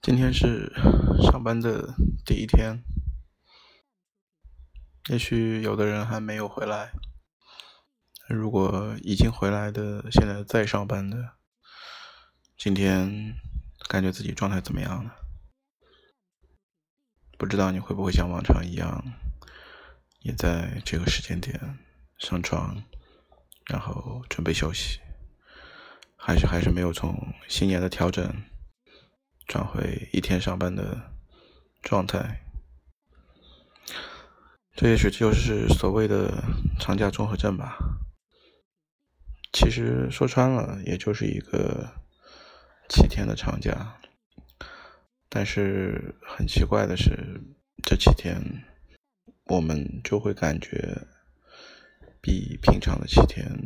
今天是上班的第一天，也许有的人还没有回来，如果已经回来的，现在在上班的，今天感觉自己状态怎么样呢？不知道你会不会像往常一样，也在这个时间点上床，然后准备休息，还是没有从新年的调整转回一天上班的状态。这也许就是所谓的长假综合症吧。其实说穿了，也就是一个7天的长假，但是很奇怪的是，这7天我们就会感觉比平常的7天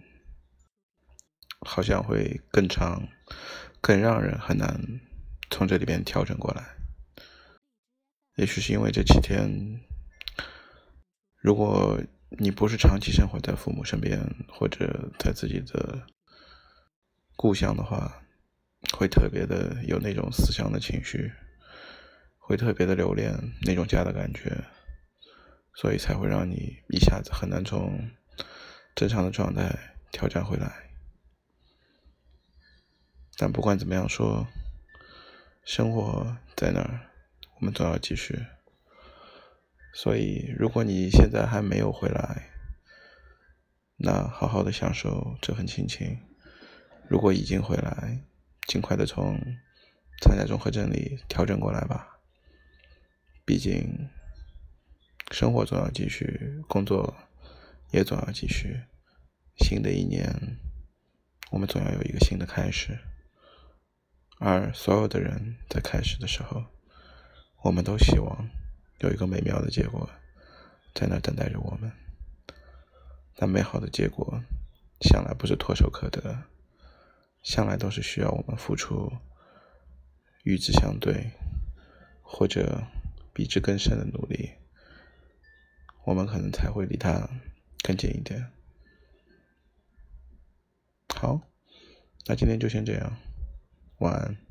好像会更长，更让人很难从这里边调整过来。也许是因为这7天，如果你不是长期生活在父母身边，或者在自己的故乡的话，会特别的有那种思乡的情绪，会特别的留恋那种家的感觉，所以才会让你一下子很难从正常的状态调整回来。但不管怎么样说，生活在那儿，我们总要继续。所以如果你现在还没有回来，那好好的享受这份亲情。如果已经回来，尽快的从长假综合症里调整过来吧。毕竟生活总要继续，工作也总要继续。新的一年，我们总要有一个新的开始。而所有的人在开始的时候，我们都希望有一个美妙的结果在那等待着我们。但美好的结果向来不是唾手可得，向来都是需要我们付出与之相对，或者比之更深的努力，我们可能才会离它更近一点。好，那今天就先这样，晚安。